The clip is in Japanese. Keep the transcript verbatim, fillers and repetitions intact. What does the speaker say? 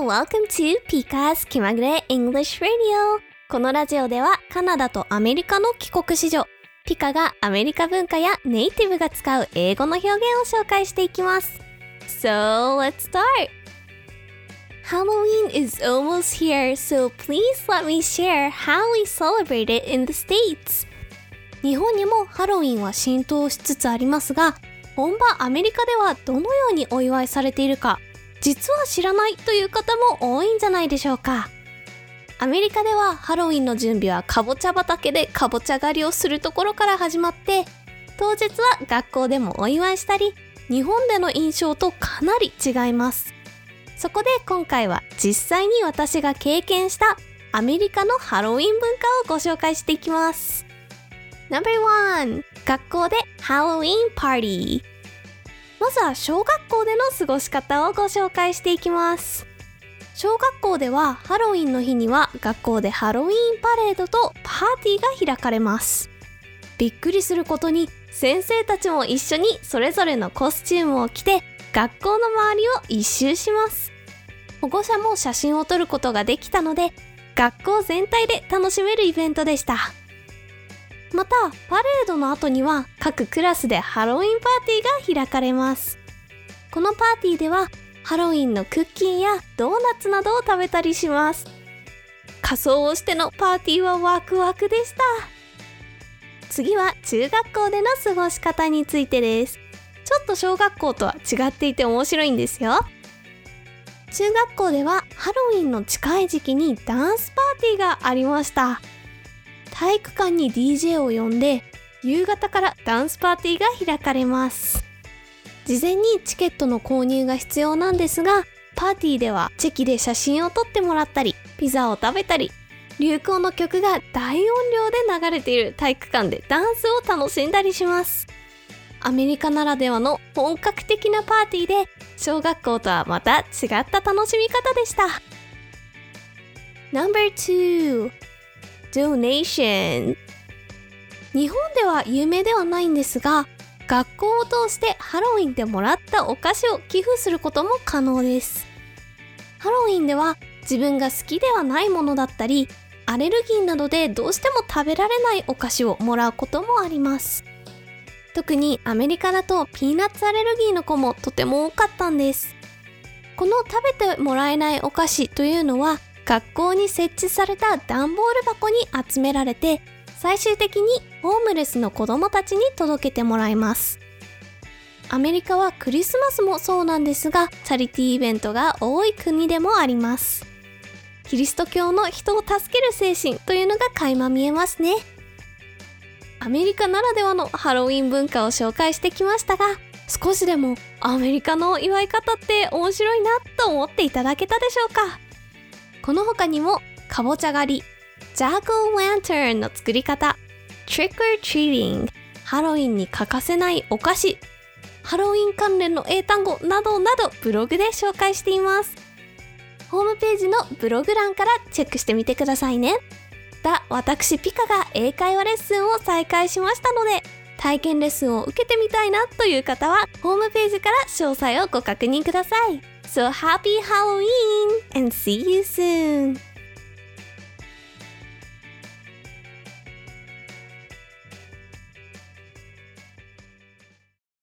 welcome to Pika's 気まぐれ English Radio。 このラジオではカナダとアメリカの帰国子女ピカがアメリカ文化やネイティブが使う英語の表現を紹介していきます。 So let's start! Halloween is almost here, so please let me share how we celebrate it in the States. 日本にもハロウィンは浸透しつつありますが、本場アメリカではどのようにお祝いされているか、実は知らないという方も多いんじゃないでしょうか。アメリカではハロウィンの準備はかぼちゃ畑でかぼちゃ狩りをするところから始まって、当日は学校でもお祝いしたり、日本での印象とかなり違います。そこで今回は実際に私が経験したアメリカのハロウィン文化をご紹介していきます。 ナンバーワン 学校でハロウィンパーティー。まずは小学校での過ごし方をご紹介していきます。小学校ではハロウィンの日には学校でハロウィンパレードとパーティーが開かれます。びっくりすることに先生たちも一緒にそれぞれのコスチュームを着て学校の周りを一周します。保護者も写真を撮ることができたので学校全体で楽しめるイベントでした。またパレードの後には各クラスでハロウィンパーティーが開かれます。このパーティーではハロウィンのクッキーやドーナツなどを食べたりします。仮装をしてのパーティーはワクワクでした。次は中学校での過ごし方についてです。ちょっと小学校とは違っていて面白いんですよ。中学校ではハロウィンの近い時期にダンスパーティーがありました。体育館に ディージェー を呼んで夕方からダンスパーティーが開かれます。事前にチケットの購入が必要なんですが、パーティーではチェキで写真を撮ってもらったりピザを食べたり、流行の曲が大音量で流れている体育館でダンスを楽しんだりします。アメリカならではの本格的なパーティーで小学校とはまた違った楽しみ方でした。 ナンバーツー Donation。 日本では有名ではないんですが、学校を通してハロウィンでもらったお菓子を寄付することも可能です。ハロウィンでは自分が好きではないものだったり、アレルギーなどでどうしても食べられないお菓子をもらうこともあります。特にアメリカだとピーナッツアレルギーの子もとても多かったんです。この食べてもらえないお菓子というのは学校に設置された段ボール箱に集められて、最終的にホームレスの子供たちに届けてもらいます。アメリカはクリスマスもそうなんですが、チャリティーイベントが多い国でもあります。キリスト教の人を助ける精神というのが垣間見えますね。アメリカならではのハロウィン文化を紹介してきましたが、少しでもアメリカの祝い方って面白いなと思っていただけたでしょうか。この他にもかぼちゃ狩り、ジャックオーランターンの作り方、トリックオアトリーティング、ハロウィンに欠かせないお菓子、ハロウィン関連の英単語などなどブログで紹介しています。ホームページのブログ欄からチェックしてみてくださいね。だ、私ピカが英会話レッスンを再開しましたので、体験レッスンを受けてみたいなという方はホームページから詳細をご確認ください。So happy Halloween and see you soon!